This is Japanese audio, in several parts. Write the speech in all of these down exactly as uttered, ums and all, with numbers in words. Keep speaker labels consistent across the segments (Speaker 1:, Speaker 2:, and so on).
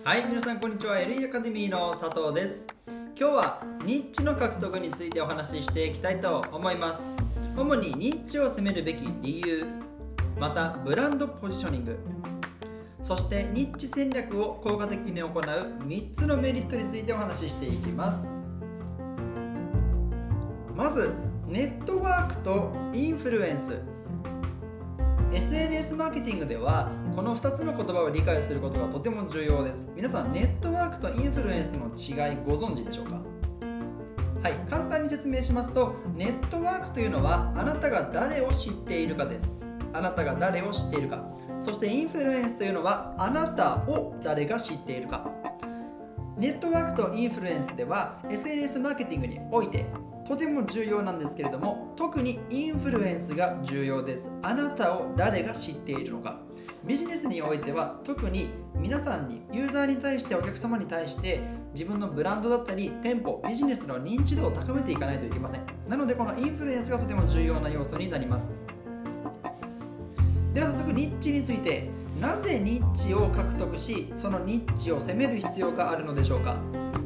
Speaker 1: はい、皆さんこんにちは。エルイー アカデミーの佐藤です。今日はニッチの獲得についてお話ししていきたいと思います。主にニッチを攻めるべき理由、またブランドポジショニング、そしてニッチ戦略を効果的に行うみっつのメリットについてお話ししていきます。まず、ネットワークとインフルエンス。エスエヌエス マーケティングではこのふたつの言葉を理解することがとても重要です。皆さん、ネットワークとインフルエンスの違いご存知でしょうか？はい、簡単に説明しますと、ネットワークというのはあなたが誰を知っているかです。あなたが誰を知っているか。そしてインフルエンスというのはあなたを誰が知っているか。ネットワークとインフルエンスでは エスエヌエス マーケティングにおいてとても重要なんですけれども、特にインフルエンスが重要です。あなたを誰が知っているのか。ビジネスにおいては特に皆さんに、ユーザーに対して、お客様に対して自分のブランドだったり店舗、ビジネスの認知度を高めていかないといけません。なのでこのインフルエンスがとても重要な要素になります。では早速ニッチについて、なぜニッチを獲得し、そのニッチを攻める必要があるのでしょうか？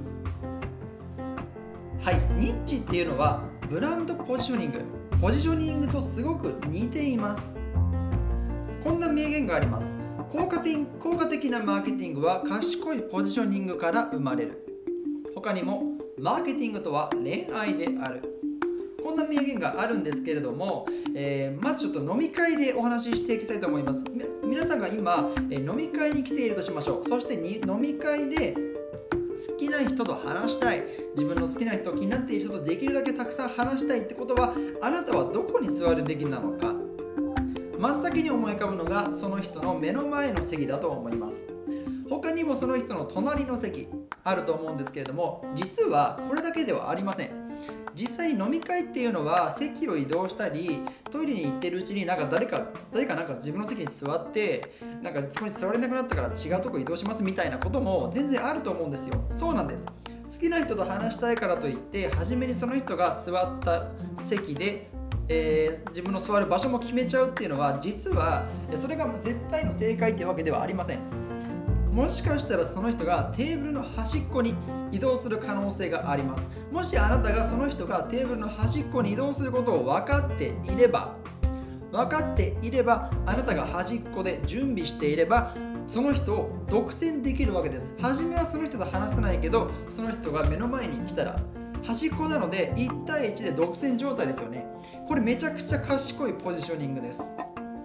Speaker 1: はい、ニッチっていうのはブランドポジショニング、ポジショニングとすごく似ています。こんな名言があります。効果的、効果的なマーケティングは賢いポジショニングから生まれる。他にも、マーケティングとは恋愛である。こんな名言があるんですけれども、えー、まずちょっと飲み会でお話ししていきたいと思います。み皆さんが今、えー、飲み会に来ているとしましょう。そしてに飲み会で好きな人と話したい、自分の好きな人、気になっている人とできるだけたくさん話したいってことは、あなたはどこに座るべきなのか。真っ先に思い浮かぶのがその人の目の前の席だと思います。他にもその人の隣の席あると思うんですけれども、実はこれだけではありません。実際に飲み会っていうのは席を移動したり、トイレに行ってるうちになんか誰か誰かなんか自分の席に座ってなんかそこに座れなくなったから違うとこ移動しますみたいなことも全然あると思うんですよ。そうなんです。好きな人と話したいからといって初めにその人が座った席で、えー、自分の座る場所も決めちゃうっていうのは、実はそれが絶対の正解っていうわけではありません。もしかしたらその人がテーブルの端っこに移動する可能性があります。もしあなたがその人がテーブルの端っこに移動することを分かっていれば分かっていればあなたが端っこで準備していれば、その人を独占できるわけです。初めはその人と話せないけど、その人が目の前に来たら端っこなのでいち対いちで独占状態ですよね。これめちゃくちゃ賢いポジショニングです。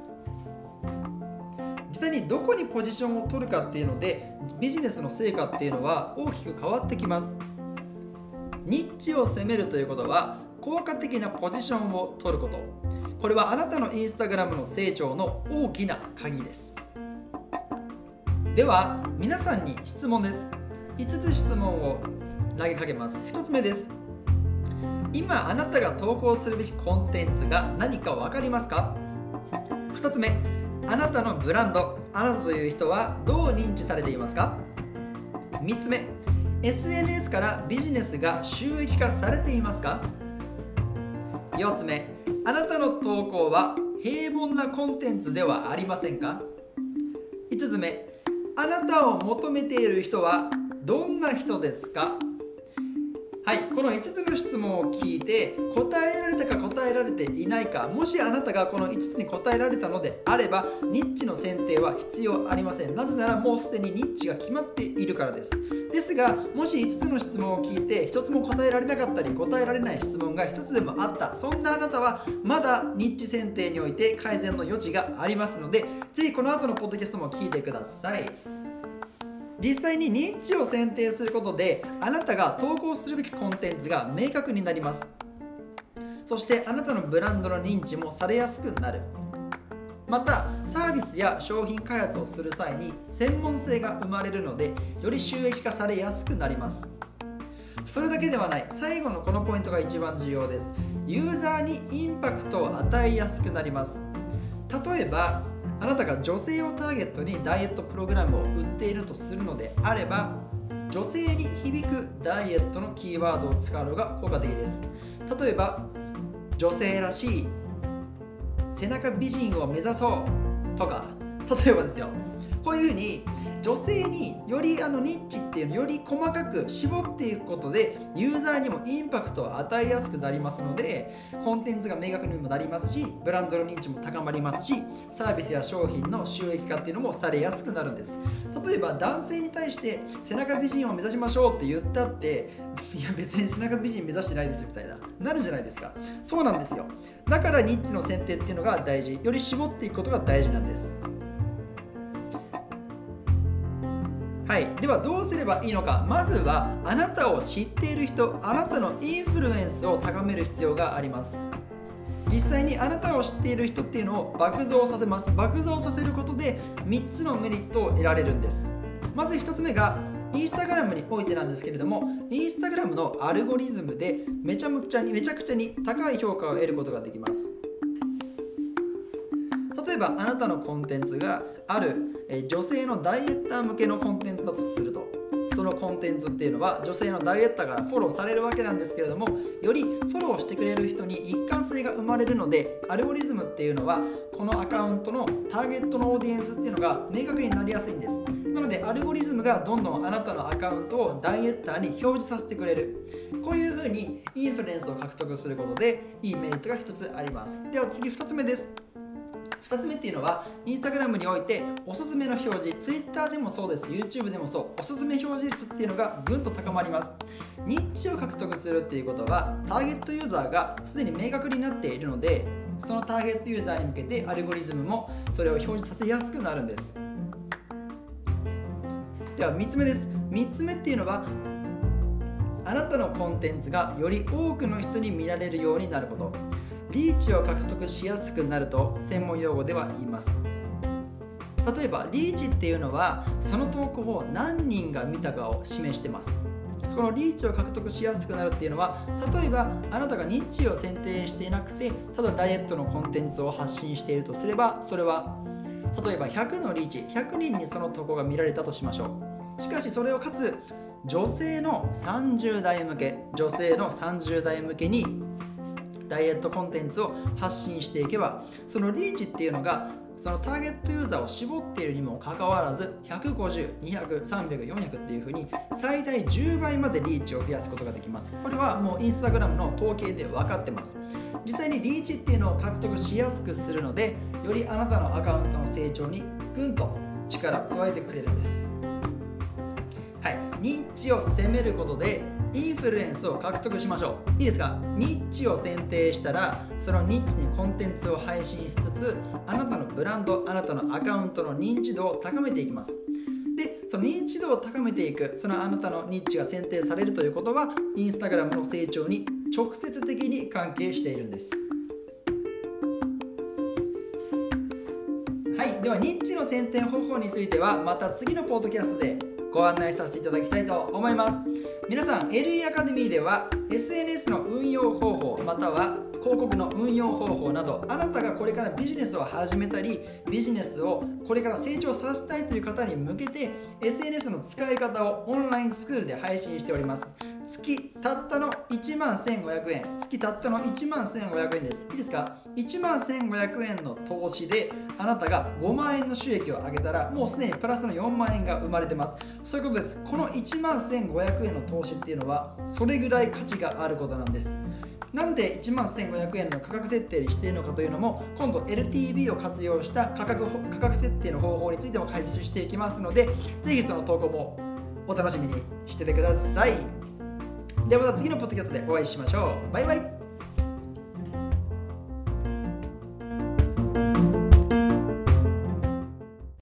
Speaker 1: 実際にどこにポジションを取るかっていうので、ビジネスの成果っていうのは大きく変わってきます。ニッチを攻めるということは効果的なポジションを取ること。これはあなたのインスタグラムの成長の大きな鍵です。では皆さんに質問です。いつつ質問を投げかけます。ひとつめです。今あなたが投稿するべきコンテンツが何か分かりますか？ふたつめ、あなたのブランド、あなたという人はどう認知されていますか？みっつめ、エスエヌエス からビジネスが収益化されていますか？よっつめ、あなたの投稿は平凡なコンテンツではありませんか？いつつめ、あなたを求めている人はどんな人ですか？はい、このいつつの質問を聞いて答えられたか答えられていないか、もしあなたがこのいつつに答えられたのであれば、ニッチの選定は必要ありません。なぜならもうすでにニッチが決まっているからです。ですが、もしいつつの質問を聞いてひとつも答えられなかったり、答えられない質問がひとつでもあった、そんなあなたはまだニッチ選定において改善の余地がありますので、ぜひこの後のポッドキャストも聞いてください。実際にニッチを選定することで、あなたが投稿するべきコンテンツが明確になります。そしてあなたのブランドの認知もされやすくなる。またサービスや商品開発をする際に専門性が生まれるので、より収益化されやすくなります。それだけではない、最後のこのポイントが一番重要です。ユーザーにインパクトを与えやすくなります。例えばあなたが女性をターゲットにダイエットプログラムを売っているとするのであれば、女性に響くダイエットのキーワードを使うのが効果的です。例えば、女性らしい背中美人を目指そうとか、 例えばですよ、こういうふうに女性によりあのニッチっていうのをより細かく絞っていくことでユーザーにもインパクトを与えやすくなりますので、コンテンツが明確にもなりますし、ブランドの認知も高まりますし、サービスや商品の収益化っていうのもされやすくなるんです。例えば男性に対して背中美人を目指しましょうって言ったって、いや別に背中美人目指してないですよみたいななるじゃないですか。そうなんですよ。だからニッチの選定っていうのが大事、より絞っていくことが大事なんです。はい、ではどうすればいいのか。まずはあなたを知っている人、あなたのインフルエンスを高める必要があります。実際にあなたを知っている人っていうのを爆増させます。爆増させることでみっつのメリットを得られるんです。まずひとつめがインスタグラムにおいてなんですけれども、インスタグラムのアルゴリズムでめちゃくちゃにめちゃくちゃに高い評価を得ることができます。例えばあなたのコンテンツがある女性のダイエッター向けのコンテンツだとすると、そのコンテンツっていうのは女性のダイエッターからフォローされるわけなんですけれども、よりフォローしてくれる人に一貫性が生まれるので、アルゴリズムっていうのはこのアカウントのターゲットのオーディエンスっていうのが明確になりやすいんです。なのでアルゴリズムがどんどんあなたのアカウントをダイエッターに表示させてくれる。こういうふうにインフルエンスを獲得することでいいメリットがひとつあります。では次ふたつめです。ふたつめっていうのは、インスタグラムにおいておすすめの表示、Twitter でもそうです、YouTube でもそう、おすすめ表示率っていうのがぐんと高まります。ニッチを獲得するっていうことは、ターゲットユーザーがすでに明確になっているので、そのターゲットユーザーに向けてアルゴリズムもそれを表示させやすくなるんです。ではみっつめです。みっつめっていうのは、あなたのコンテンツがより多くの人に見られるようになること。リーチを獲得しやすくなると専門用語では言います。例えばリーチっていうのはその投稿を何人が見たかを示してます。このリーチを獲得しやすくなるっていうのは、例えばあなたがニッチを選定していなくて、ただダイエットのコンテンツを発信しているとすれば、それは例えばひゃくのリーチ、ひゃくにんにその投稿が見られたとしましょう。しかしそれをかつ女性のさんじゅう代向け女性のさんじゅう代向けにダイエットコンテンツを発信していけば、そのリーチっていうのがそのターゲットユーザーを絞っているにもかかわらずひゃくごじゅう、にひゃく、さんびゃく、よんひゃくっていう風に最大じゅうばいまでリーチを増やすことができます。これはもうインスタグラムの統計で分かってます。実際にリーチっていうのを獲得しやすくするので、よりあなたのアカウントの成長にぐんと力を加えてくれるんです。はい、ニッチを攻めることでインフルエンスを獲得しましょう。いいですか？ニッチを選定したら、そのニッチにコンテンツを配信しつつ、あなたのブランド、あなたのアカウントの認知度を高めていきます。で、その認知度を高めていく、そのあなたのニッチが選定されるということは、インスタグラムの成長に直接的に関係しているんです。はい、ではニッチの選定方法については、また次のポッドキャストでご案内させていただきたいと思います。皆さん エルイー アカデミーでは エスエヌエス の運用方法、または広告の運用方法など、あなたがこれからビジネスを始めたりビジネスをこれから成長させたいという方に向けて エスエヌエス の使い方をオンラインスクールで配信しております。月たったのいちまんせんごひゃくえん、月たったのいちまんせんごひゃくえんです。いいですか？いちまんせんごひゃくえんの投資であなたがごまんえんの収益を上げたら、もうすでにプラスのよんまんえんが生まれてます。そういうことです。このいちまんせんごひゃくえんの投資っていうのはそれぐらい価値があることなんです。なんでいちまんせんごひゃくえんの価格設定にしているのかというのも、今度 エルティービー を活用した価格、価格設定の方法についても解説していきますので、ぜひその投稿もお楽しみにしててください。ではまた次のポッドキャストでお会いしましょう。バイバイ。